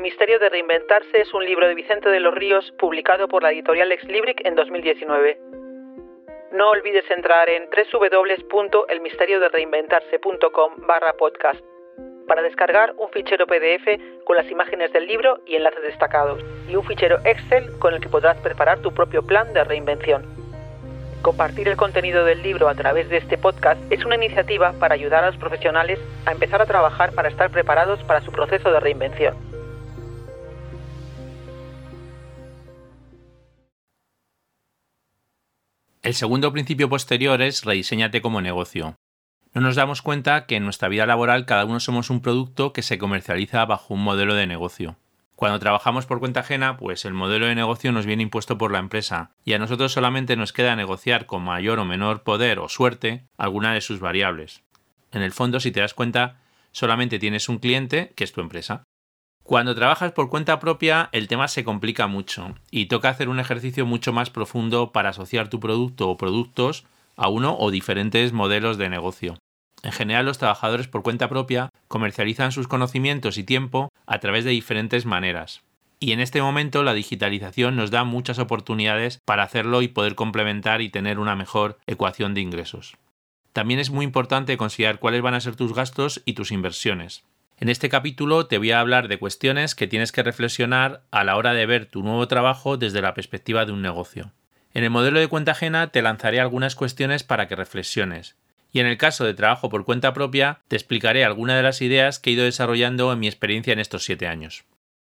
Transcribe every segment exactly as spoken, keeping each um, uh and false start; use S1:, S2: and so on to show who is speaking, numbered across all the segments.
S1: misterio de reinventarse es un libro de Vicente de los Ríos publicado por la editorial Exlibric en dos mil diecinueve. No olvides entrar en doble u doble u doble u punto el misterio de reinventarse punto com barra podcast para descargar un fichero P D F con las imágenes del libro y enlaces destacados, y un fichero Excel con el que podrás preparar tu propio plan de reinvención. Compartir el contenido del libro a través de este podcast es una iniciativa para ayudar a los profesionales a empezar a trabajar para estar preparados para su proceso de reinvención.
S2: El segundo principio posterior es rediséñate como negocio. No nos damos cuenta que en nuestra vida laboral cada uno somos un producto que se comercializa bajo un modelo de negocio. Cuando trabajamos por cuenta ajena, pues el modelo de negocio nos viene impuesto por la empresa y a nosotros solamente nos queda negociar con mayor o menor poder o suerte alguna de sus variables. En el fondo, si te das cuenta, solamente tienes un cliente, que es tu empresa. Cuando trabajas por cuenta propia, el tema se complica mucho y toca hacer un ejercicio mucho más profundo para asociar tu producto o productos a uno o diferentes modelos de negocio. En general, los trabajadores por cuenta propia comercializan sus conocimientos y tiempo a través de diferentes maneras. Y en este momento la digitalización nos da muchas oportunidades para hacerlo y poder complementar y tener una mejor ecuación de ingresos. También es muy importante considerar cuáles van a ser tus gastos y tus inversiones. En este capítulo te voy a hablar de cuestiones que tienes que reflexionar a la hora de ver tu nuevo trabajo desde la perspectiva de un negocio. En el modelo de cuenta ajena te lanzaré algunas cuestiones para que reflexiones. Y en el caso de trabajo por cuenta propia, te explicaré algunas de las ideas que he ido desarrollando en mi experiencia en estos siete años.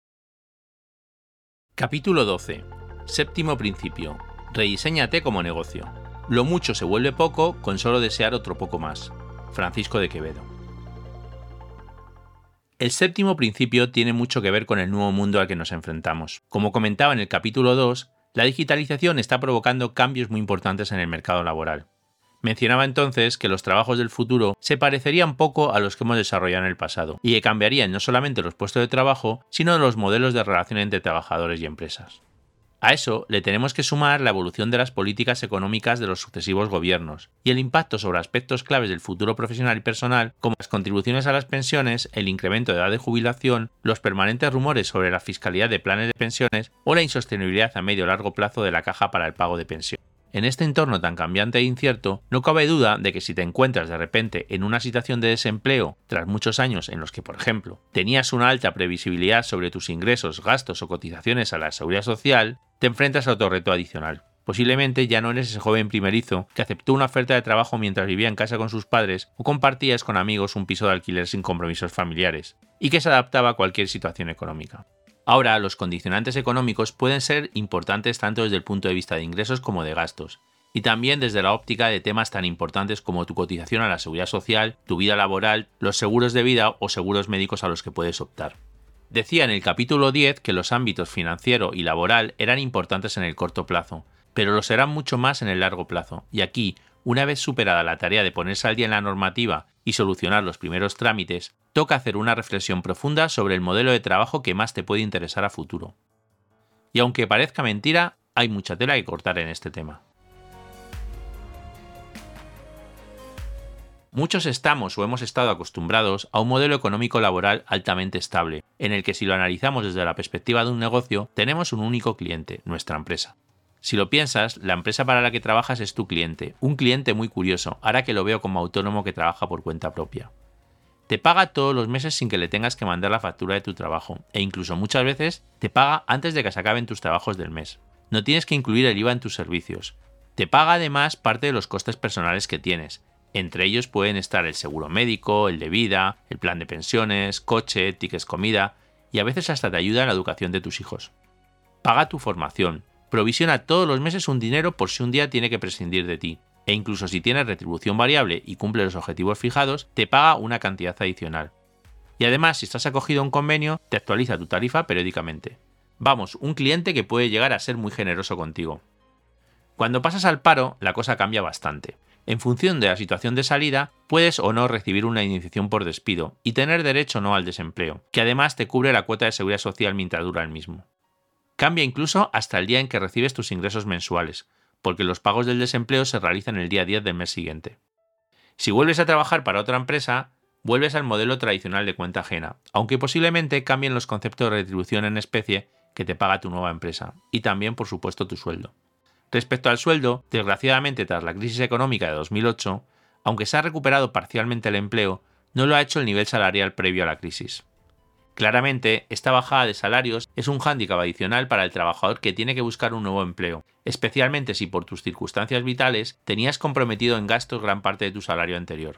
S2: Capítulo doce. Séptimo principio. Rediséñate como negocio. Lo mucho se vuelve poco con solo desear otro poco más. Francisco de Quevedo. El séptimo principio tiene mucho que ver con el nuevo mundo al que nos enfrentamos. Como comentaba en el capítulo dos, la digitalización está provocando cambios muy importantes en el mercado laboral. Mencionaba entonces que los trabajos del futuro se parecerían poco a los que hemos desarrollado en el pasado y que cambiarían no solamente los puestos de trabajo, sino los modelos de relación entre trabajadores y empresas. A eso le tenemos que sumar la evolución de las políticas económicas de los sucesivos gobiernos y el impacto sobre aspectos claves del futuro profesional y personal como las contribuciones a las pensiones, el incremento de edad de jubilación, los permanentes rumores sobre la fiscalidad de planes de pensiones o la insostenibilidad a medio o largo plazo de la caja para el pago de pensión. En este entorno tan cambiante e incierto, no cabe duda de que si te encuentras de repente en una situación de desempleo tras muchos años en los que, por ejemplo, tenías una alta previsibilidad sobre tus ingresos, gastos o cotizaciones a la seguridad social, te enfrentas a otro reto adicional. Posiblemente ya no eres ese joven primerizo que aceptó una oferta de trabajo mientras vivía en casa con sus padres o compartías con amigos un piso de alquiler sin compromisos familiares, y que se adaptaba a cualquier situación económica. Ahora, los condicionantes económicos pueden ser importantes tanto desde el punto de vista de ingresos como de gastos, y también desde la óptica de temas tan importantes como tu cotización a la seguridad social, tu vida laboral, los seguros de vida o seguros médicos a los que puedes optar. Decía en el capítulo diez que los ámbitos financiero y laboral eran importantes en el corto plazo, pero lo serán mucho más en el largo plazo, y aquí, una vez superada la tarea de ponerse al día en la normativa y solucionar los primeros trámites, toca hacer una reflexión profunda sobre el modelo de trabajo que más te puede interesar a futuro. Y aunque parezca mentira, hay mucha tela que cortar en este tema. Muchos estamos o hemos estado acostumbrados a un modelo económico laboral altamente estable, en el que si lo analizamos desde la perspectiva de un negocio, tenemos un único cliente, nuestra empresa. Si lo piensas, la empresa para la que trabajas es tu cliente, un cliente muy curioso, ahora que lo veo como autónomo que trabaja por cuenta propia. Te paga todos los meses sin que le tengas que mandar la factura de tu trabajo, e incluso muchas veces te paga antes de que se acaben tus trabajos del mes. No tienes que incluir el I V A en tus servicios. Te paga además parte de los costes personales que tienes. Entre ellos pueden estar el seguro médico, el de vida, el plan de pensiones, coche, tickets comida, y a veces hasta te ayuda en la educación de tus hijos. Paga tu formación. Provisiona todos los meses un dinero por si un día tiene que prescindir de ti, e incluso si tienes retribución variable y cumple los objetivos fijados, te paga una cantidad adicional. Y además, si estás acogido a un convenio, te actualiza tu tarifa periódicamente. Vamos, un cliente que puede llegar a ser muy generoso contigo. Cuando pasas al paro, la cosa cambia bastante. En función de la situación de salida, puedes o no recibir una indemnización por despido y tener derecho o no al desempleo, que además te cubre la cuota de seguridad social mientras dura el mismo. Cambia incluso hasta el día en que recibes tus ingresos mensuales, porque los pagos del desempleo se realizan el día diez del mes siguiente. Si vuelves a trabajar para otra empresa, vuelves al modelo tradicional de cuenta ajena, aunque posiblemente cambien los conceptos de retribución en especie que te paga tu nueva empresa, y también, por supuesto, tu sueldo. Respecto al sueldo, desgraciadamente tras la crisis económica de dos mil ocho, aunque se ha recuperado parcialmente el empleo, no lo ha hecho el nivel salarial previo a la crisis. Claramente, esta bajada de salarios es un hándicap adicional para el trabajador que tiene que buscar un nuevo empleo, especialmente si por tus circunstancias vitales tenías comprometido en gastos gran parte de tu salario anterior.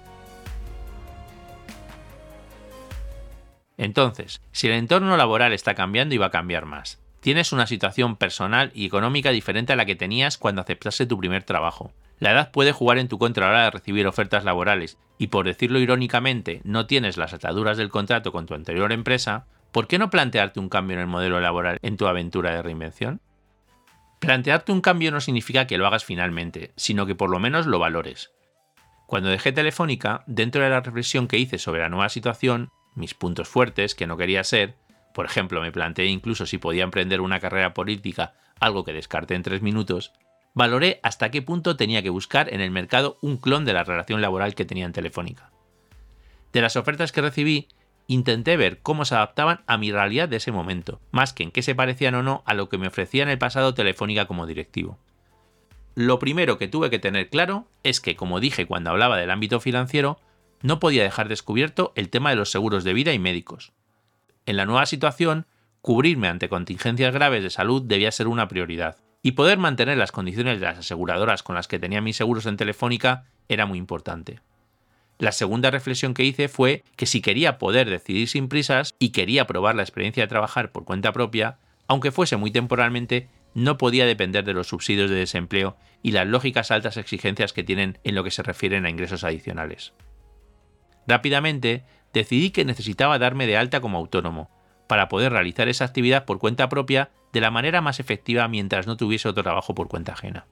S2: Entonces, si el entorno laboral está cambiando y va a cambiar más, tienes una situación personal y económica diferente a la que tenías cuando aceptaste tu primer trabajo. La edad puede jugar en tu contra a la hora de recibir ofertas laborales y, por decirlo irónicamente, no tienes las ataduras del contrato con tu anterior empresa, ¿por qué no plantearte un cambio en el modelo laboral en tu aventura de reinvención? Plantearte un cambio no significa que lo hagas finalmente, sino que por lo menos lo valores. Cuando dejé Telefónica, dentro de la reflexión que hice sobre la nueva situación, mis puntos fuertes, que no quería ser, por ejemplo, me planteé incluso si podía emprender una carrera política, algo que descarté en tres minutos, valoré hasta qué punto tenía que buscar en el mercado un clon de la relación laboral que tenía en Telefónica. De las ofertas que recibí, intenté ver cómo se adaptaban a mi realidad de ese momento, más que en qué se parecían o no a lo que me ofrecía en el pasado Telefónica como directivo. Lo primero que tuve que tener claro es que, como dije cuando hablaba del ámbito financiero, no podía dejar descubierto el tema de los seguros de vida y médicos. En la nueva situación, cubrirme ante contingencias graves de salud debía ser una prioridad, y poder mantener las condiciones de las aseguradoras con las que tenía mis seguros en Telefónica era muy importante. La segunda reflexión que hice fue que si quería poder decidir sin prisas y quería probar la experiencia de trabajar por cuenta propia, aunque fuese muy temporalmente, no podía depender de los subsidios de desempleo y las lógicas altas exigencias que tienen en lo que se refieren a ingresos adicionales. Rápidamente, decidí que necesitaba darme de alta como autónomo, para poder realizar esa actividad por cuenta propia de la manera más efectiva mientras no tuviese otro trabajo por cuenta ajena.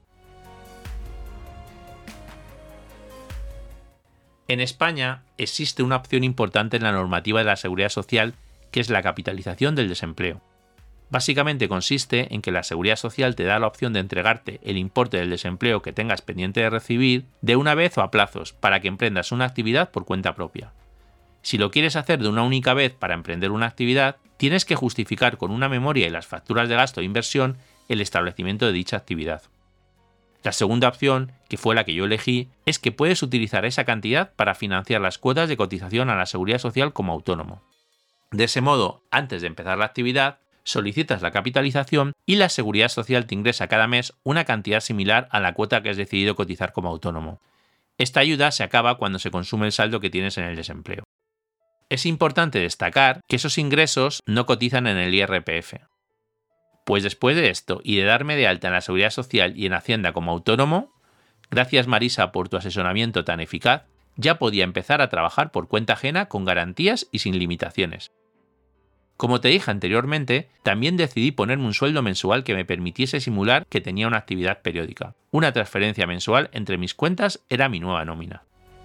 S2: En España existe una opción importante en la normativa de la Seguridad Social, que es la capitalización del desempleo. Básicamente consiste en que la Seguridad Social te da la opción de entregarte el importe del desempleo que tengas pendiente de recibir de una vez o a plazos para que emprendas una actividad por cuenta propia. Si lo quieres hacer de una única vez para emprender una actividad, tienes que justificar con una memoria y las facturas de gasto e inversión el establecimiento de dicha actividad. La segunda opción, que fue la que yo elegí, es que puedes utilizar esa cantidad para financiar las cuotas de cotización a la Seguridad Social como autónomo. De ese modo, antes de empezar la actividad, solicitas la capitalización y la Seguridad Social te ingresa cada mes una cantidad similar a la cuota que has decidido cotizar como autónomo. Esta ayuda se acaba cuando se consume el saldo que tienes en el desempleo. Es importante destacar que esos ingresos no cotizan en el I R P F. Pues después de esto y de darme de alta en la Seguridad Social y en Hacienda como autónomo, gracias Marisa por tu asesoramiento tan eficaz, ya podía empezar a trabajar por cuenta ajena con garantías y sin limitaciones. Como te dije anteriormente, también decidí ponerme un sueldo mensual que me permitiese simular que tenía una actividad periódica. Una transferencia mensual entre mis cuentas era mi nueva nómina.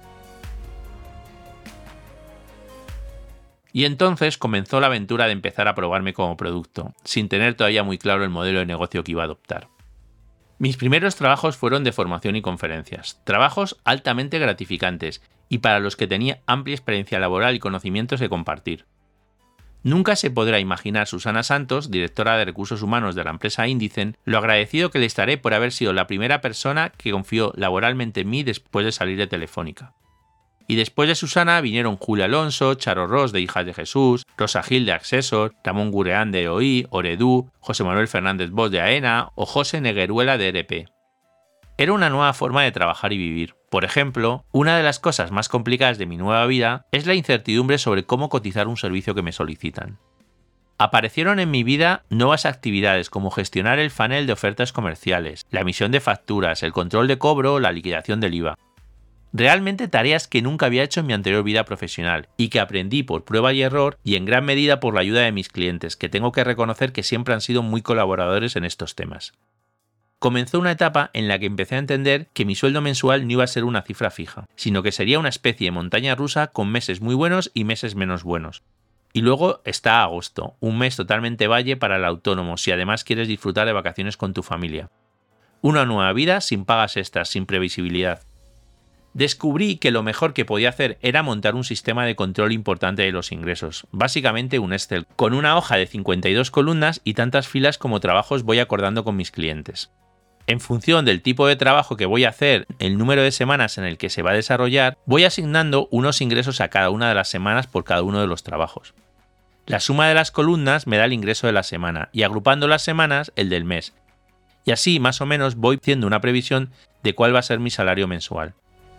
S2: Y entonces comenzó la aventura de empezar a probarme como producto, sin tener todavía muy claro el modelo de negocio que iba a adoptar. Mis primeros trabajos fueron de formación y conferencias, trabajos altamente gratificantes y para los que tenía amplia experiencia laboral y conocimientos de compartir. Nunca se podrá imaginar Susana Santos, directora de Recursos Humanos de la empresa Indicen, lo agradecido que le estaré por haber sido la primera persona que confió laboralmente en mí después de salir de Telefónica. Y después de Susana vinieron Julio Alonso, Charo Ross de Hijas de Jesús, Rosa Gil de Accessor, Ramón Gureán de O I, Oredú, José Manuel Fernández Bosch de AENA o José Negueruela de E R P. Era una nueva forma de trabajar y vivir. Por ejemplo, una de las cosas más complicadas de mi nueva vida es la incertidumbre sobre cómo cotizar un servicio que me solicitan. Aparecieron en mi vida nuevas actividades como gestionar el funnel de ofertas comerciales, la emisión de facturas, el control de cobro o la liquidación del I V A. Realmente tareas que nunca había hecho en mi anterior vida profesional y que aprendí por prueba y error y en gran medida por la ayuda de mis clientes, que tengo que reconocer que siempre han sido muy colaboradores en estos temas. Comenzó una etapa en la que empecé a entender que mi sueldo mensual no iba a ser una cifra fija, sino que sería una especie de montaña rusa con meses muy buenos y meses menos buenos. Y luego está agosto, un mes totalmente valle para el autónomo si además quieres disfrutar de vacaciones con tu familia. Una nueva vida sin pagas extras, sin previsibilidad. Descubrí que lo mejor que podía hacer era montar un sistema de control importante de los ingresos, básicamente un Excel, con una hoja de cincuenta y dos columnas y tantas filas como trabajos voy acordando con mis clientes. En función del tipo de trabajo que voy a hacer, el número de semanas en el que se va a desarrollar, voy asignando unos ingresos a cada una de las semanas por cada uno de los trabajos. La suma de las columnas me da el ingreso de la semana y agrupando las semanas, el del mes. Y así más o menos voy haciendo una previsión de cuál va a ser mi salario mensual.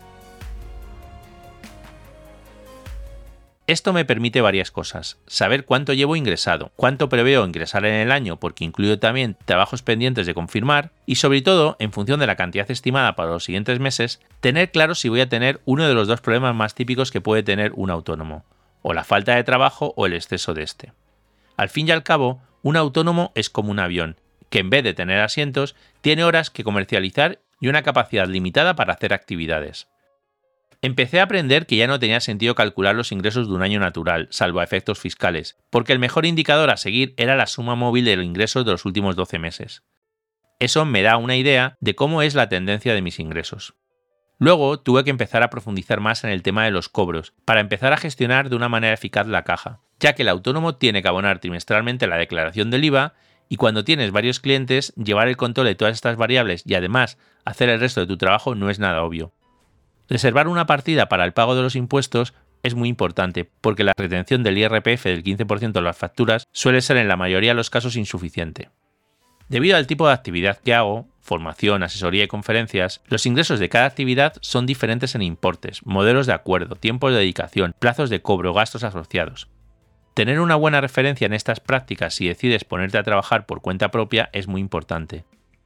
S2: Esto me permite varias cosas: saber cuánto llevo ingresado, cuánto preveo ingresar en el año porque incluyo también trabajos pendientes de confirmar y sobre todo, en función de la cantidad estimada para los siguientes meses, tener claro si voy a tener uno de los dos problemas más típicos que puede tener un autónomo, o la falta de trabajo o el exceso de este. Al fin y al cabo, un autónomo es como un avión, que en vez de tener asientos, tiene horas que comercializar y una capacidad limitada para hacer actividades. Empecé a aprender que ya no tenía sentido calcular los ingresos de un año natural, salvo a efectos fiscales, porque el mejor indicador a seguir era la suma móvil de los ingresos de los últimos doce meses. Eso me da una idea de cómo es la tendencia de mis ingresos. Luego tuve que empezar a profundizar más en el tema de los cobros, para empezar a gestionar de una manera eficaz la caja, ya que el autónomo tiene que abonar trimestralmente la declaración del I V A y cuando tienes varios clientes, llevar el control de todas estas variables y además hacer el resto de tu trabajo no es nada obvio. Reservar una partida para el pago de los impuestos es muy importante, porque la retención del I R P F del quince por ciento de las facturas suele ser en la mayoría de los casos insuficiente. Debido al tipo de actividad que hago, formación, asesoría y conferencias, los ingresos de cada actividad son diferentes en importes, modelos de acuerdo, tiempos de dedicación, plazos de cobro, gastos asociados. Tener una buena referencia en estas prácticas si decides ponerte a trabajar por cuenta propia es muy importante.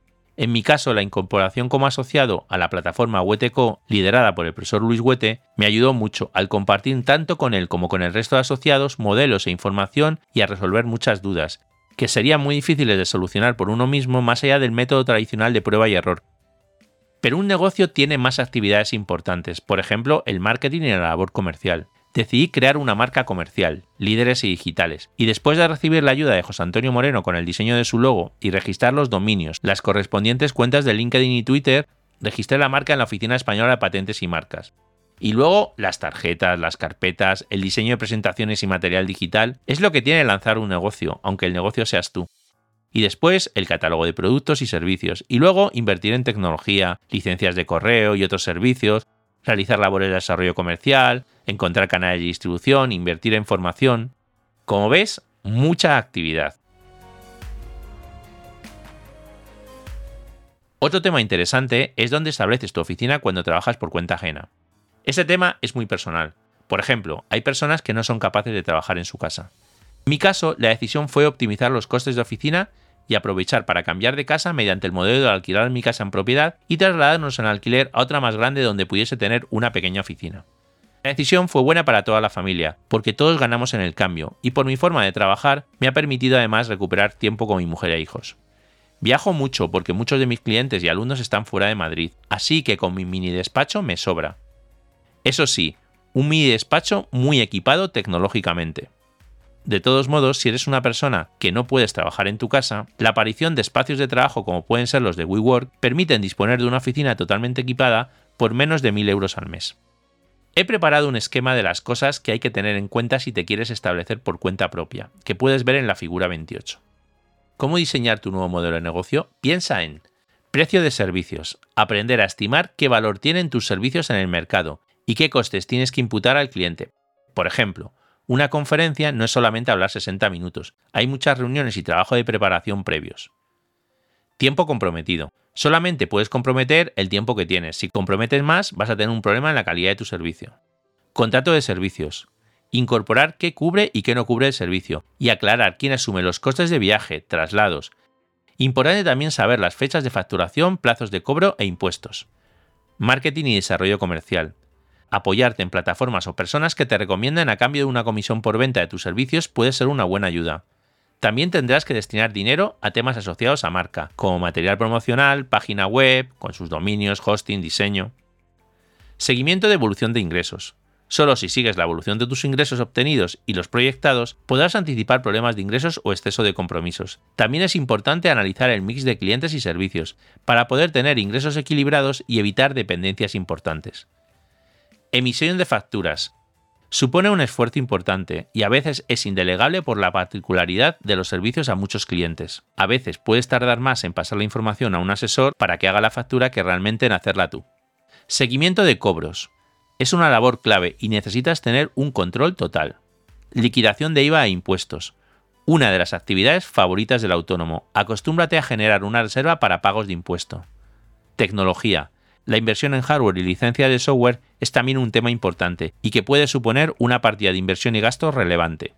S2: En mi caso, la incorporación como asociado a la plataforma Hueteco, liderada por el profesor Luis Huete, me ayudó mucho al compartir tanto con él como con el resto de asociados modelos e información y a resolver muchas dudas, que serían muy difíciles de solucionar por uno mismo más allá del método tradicional de prueba y error. Pero un negocio tiene más actividades importantes, por ejemplo, el marketing y la labor comercial. Decidí crear una marca comercial, Líderes y Digitales, y después de recibir la ayuda de José Antonio Moreno con el diseño de su logo y registrar los dominios, las correspondientes cuentas de LinkedIn y Twitter, registré la marca en la Oficina Española de Patentes y Marcas. Y luego, las tarjetas, las carpetas, el diseño de presentaciones y material digital es lo que tiene lanzar un negocio, aunque el negocio seas tú. Y después, el catálogo de productos y servicios, y luego invertir en tecnología, licencias de correo y otros servicios, realizar labores de desarrollo comercial, encontrar canales de distribución, invertir en formación. Como ves, mucha actividad. Otro tema interesante es dónde estableces tu oficina cuando trabajas por cuenta ajena. Este tema es muy personal. Por ejemplo, hay personas que no son capaces de trabajar en su casa. En mi caso, la decisión fue optimizar los costes de oficina y aprovechar para cambiar de casa mediante el modelo de alquilar mi casa en propiedad y trasladarnos en alquiler a otra más grande donde pudiese tener una pequeña oficina. La decisión fue buena para toda la familia, porque todos ganamos en el cambio, y por mi forma de trabajar me ha permitido además recuperar tiempo con mi mujer e hijos. Viajo mucho porque muchos de mis clientes y alumnos están fuera de Madrid, así que con mi mini despacho me sobra. Eso sí, un mini despacho muy equipado tecnológicamente. De todos modos, si eres una persona que no puedes trabajar en tu casa, la aparición de espacios de trabajo como pueden ser los de WeWork permiten disponer de una oficina totalmente equipada por menos de mil euros al mes. He preparado un esquema de las cosas que hay que tener en cuenta si te quieres establecer por cuenta propia, que puedes ver en la figura veintiocho. ¿Cómo diseñar tu nuevo modelo de negocio? Piensa en precio de servicios, aprender a estimar qué valor tienen tus servicios en el mercado y qué costes tienes que imputar al cliente. Por ejemplo, una conferencia no es solamente hablar sesenta minutos, hay muchas reuniones y trabajo de preparación previos. Tiempo comprometido. Solamente puedes comprometer el tiempo que tienes. Si comprometes más, vas a tener un problema en la calidad de tu servicio. Contrato de servicios. Incorporar qué cubre y qué no cubre el servicio. Y aclarar quién asume los costes de viaje, traslados. Importante también saber las fechas de facturación, plazos de cobro e impuestos. Marketing y desarrollo comercial. Apoyarte en plataformas o personas que te recomienden a cambio de una comisión por venta de tus servicios puede ser una buena ayuda. También tendrás que destinar dinero a temas asociados a marca, como material promocional, página web, con sus dominios, hosting, diseño. Seguimiento de evolución de ingresos. Solo si sigues la evolución de tus ingresos obtenidos y los proyectados, podrás anticipar problemas de ingresos o exceso de compromisos. También es importante analizar el mix de clientes y servicios, para poder tener ingresos equilibrados y evitar dependencias importantes. Emisión de facturas. Supone un esfuerzo importante y a veces es indelegable por la particularidad de los servicios a muchos clientes. A veces puedes tardar más en pasar la información a un asesor para que haga la factura que realmente en hacerla tú. Seguimiento de cobros. Es una labor clave y necesitas tener un control total. Liquidación de I V A e impuestos. Una de las actividades favoritas del autónomo. Acostúmbrate a generar una reserva para pagos de impuesto. Tecnología. La inversión en hardware y licencia de software es también un tema importante y que puede suponer una partida de inversión y gasto relevante.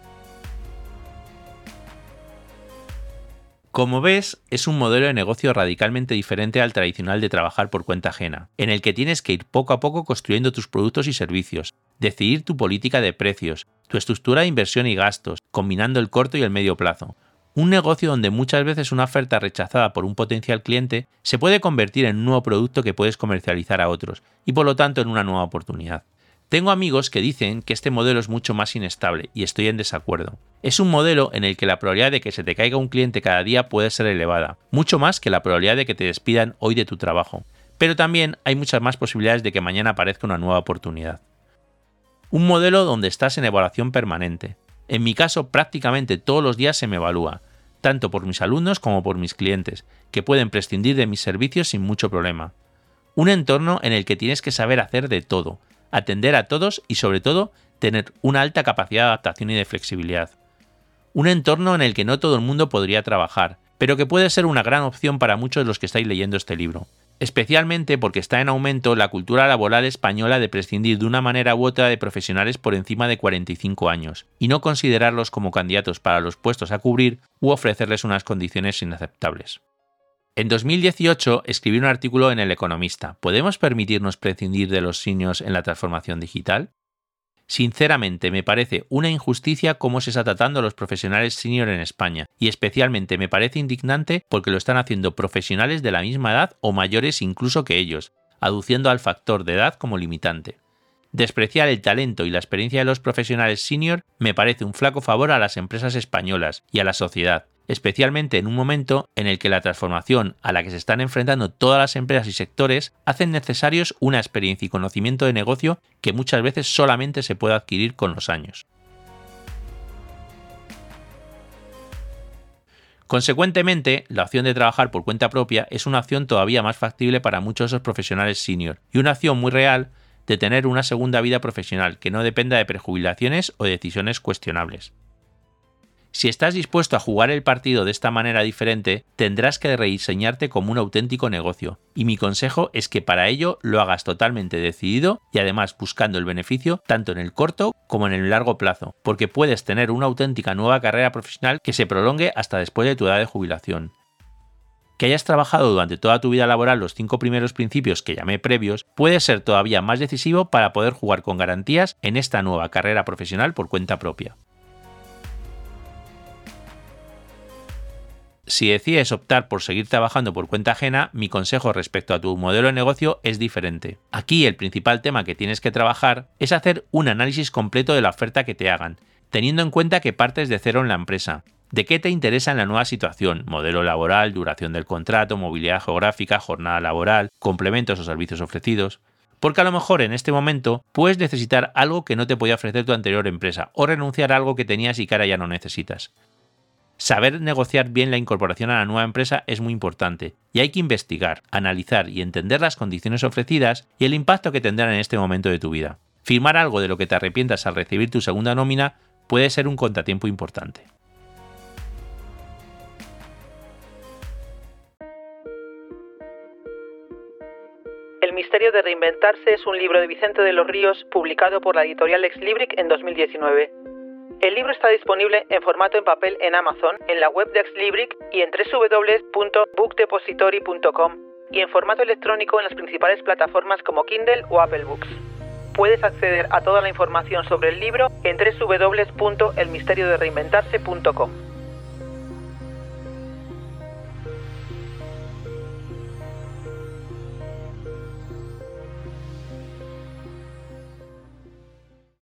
S2: Como ves, es un modelo de negocio radicalmente diferente al tradicional de trabajar por cuenta ajena, en el que tienes que ir poco a poco construyendo tus productos y servicios, decidir tu política de precios, tu estructura de inversión y gastos, combinando el corto y el medio plazo. Un negocio donde muchas veces una oferta rechazada por un potencial cliente se puede convertir en un nuevo producto que puedes comercializar a otros y por lo tanto en una nueva oportunidad. Tengo amigos que dicen que este modelo es mucho más inestable y estoy en desacuerdo. Es un modelo en el que la probabilidad de que se te caiga un cliente cada día puede ser elevada, mucho más que la probabilidad de que te despidan hoy de tu trabajo, pero también hay muchas más posibilidades de que mañana aparezca una nueva oportunidad. Un modelo donde estás en evaluación permanente. En mi caso, prácticamente todos los días se me evalúa, tanto por mis alumnos como por mis clientes, que pueden prescindir de mis servicios sin mucho problema. Un entorno en el que tienes que saber hacer de todo, atender a todos y sobre todo tener una alta capacidad de adaptación y de flexibilidad. Un entorno en el que no todo el mundo podría trabajar, pero que puede ser una gran opción para muchos de los que estáis leyendo este libro. Especialmente porque está en aumento la cultura laboral española de prescindir de una manera u otra de profesionales por encima de cuarenta y cinco años, y no considerarlos como candidatos para los puestos a cubrir u ofrecerles unas condiciones inaceptables. En dos mil dieciocho escribí un artículo en El Economista. ¿Podemos permitirnos prescindir de los seniors en la transformación digital? Sinceramente, me parece una injusticia cómo se está tratando a los profesionales senior en España, y especialmente me parece indignante porque lo están haciendo profesionales de la misma edad o mayores incluso que ellos, aduciendo al factor de edad como limitante. Despreciar el talento y la experiencia de los profesionales senior me parece un flaco favor a las empresas españolas y a la sociedad, especialmente en un momento en el que la transformación a la que se están enfrentando todas las empresas y sectores hacen necesarios una experiencia y conocimiento de negocio que muchas veces solamente se puede adquirir con los años. Consecuentemente, la opción de trabajar por cuenta propia es una opción todavía más factible para muchos de esos profesionales senior y una opción muy real de tener una segunda vida profesional que no dependa de prejubilaciones o decisiones cuestionables. Si estás dispuesto a jugar el partido de esta manera diferente, tendrás que rediseñarte como un auténtico negocio, y mi consejo es que para ello lo hagas totalmente decidido y además buscando el beneficio tanto en el corto como en el largo plazo, porque puedes tener una auténtica nueva carrera profesional que se prolongue hasta después de tu edad de jubilación. Que hayas trabajado durante toda tu vida laboral los cinco primeros principios que llamé previos puede ser todavía más decisivo para poder jugar con garantías en esta nueva carrera profesional por cuenta propia. Si decides optar por seguir trabajando por cuenta ajena, mi consejo respecto a tu modelo de negocio es diferente. Aquí el principal tema que tienes que trabajar es hacer un análisis completo de la oferta que te hagan, teniendo en cuenta que partes de cero en la empresa. ¿De qué te interesa en la nueva situación? Modelo laboral, duración del contrato, movilidad geográfica, jornada laboral, complementos o servicios ofrecidos. Porque a lo mejor en este momento puedes necesitar algo que no te podía ofrecer tu anterior empresa o renunciar a algo que tenías y que ahora ya no necesitas. Saber negociar bien la incorporación a la nueva empresa es muy importante y hay que investigar, analizar y entender las condiciones ofrecidas y el impacto que tendrán en este momento de tu vida. Firmar algo de lo que te arrepientas al recibir tu segunda nómina puede ser un contratiempo importante.
S1: El misterio de reinventarse es un libro de Vicente de los Ríos publicado por la editorial Exlibric en dos mil diecinueve. El libro está disponible en formato en papel en Amazon, en la web de Exlibric y en doble u doble u doble u punto book depository punto com y en formato electrónico en las principales plataformas como Kindle o Apple Books. Puedes acceder a toda la información sobre el libro en doble u doble u doble u punto el misterio de reinventarse punto com.